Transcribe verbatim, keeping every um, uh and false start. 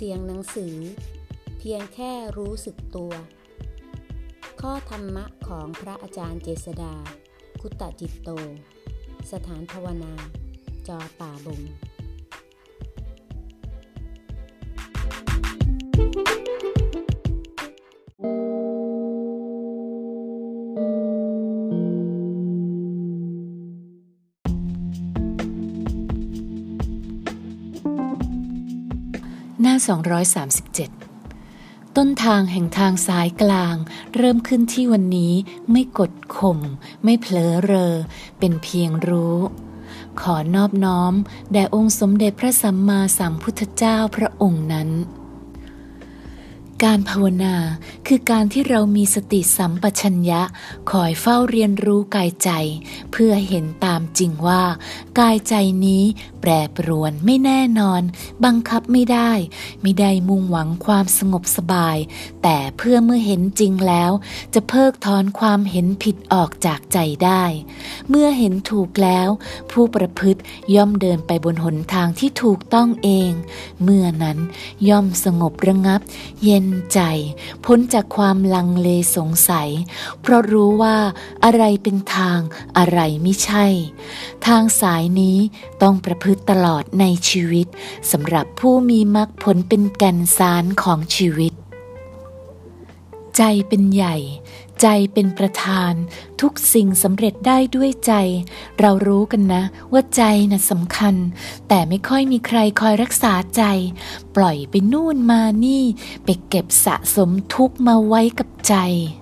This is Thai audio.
สียงหนังสือเพียงแค่รู้สึกตัวข้อธรรมะของพระอาจารย์เจษฎาคุตจิตโตสถานภาวนาจอป่าบงหน้าสองร้อยสามสิบเจ็ดต้นทางแห่งทางสายกลางเริ่มขึ้นที่วันนี้ไม่กดข่มไม่เผลอเรอเป็นเพียงรู้ขอนอบน้อมแด่องค์สมเด็จพระสัมมาสัมพุทธเจ้าพระองค์นั้นการภาวนาคือการที่เรามีสติสัมปชัญญะคอยเฝ้าเรียนรู้กายใจเพื่อเห็นตามจริงว่ากายใจนี้แปรปรวนไม่แน่นอนบังคับไม่ได้ไม่ได้มุ่งหวังความสงบสบายแต่เพื่อเมื่อเห็นจริงแล้วจะเพิกถอนความเห็นผิดออกจากใจได้เมื่อเห็นถูกแล้วผู้ประพฤติย่อมเดินไปบนหนทางที่ถูกต้องเองเมื่อนั้นย่อมสงบระงับเย็นใจพ้นจากความลังเลสงสัยเพราะรู้ว่าอะไรเป็นทางอะไรไม่ใช่ทางสายนี้ต้องประพฤติตลอดในชีวิตสำหรับผู้มีมรรคผลเป็นแก่นสารของชีวิตใจเป็นใหญ่ใจเป็นประธานทุกสิ่งสำเร็จได้ด้วยใจเรารู้กันนะว่าใจน่ะสำคัญแต่ไม่ค่อยมีใครคอยรักษาใจปล่อยไปนู่นมานี่ไปเก็บสะสมทุกข์มาไว้กับใจ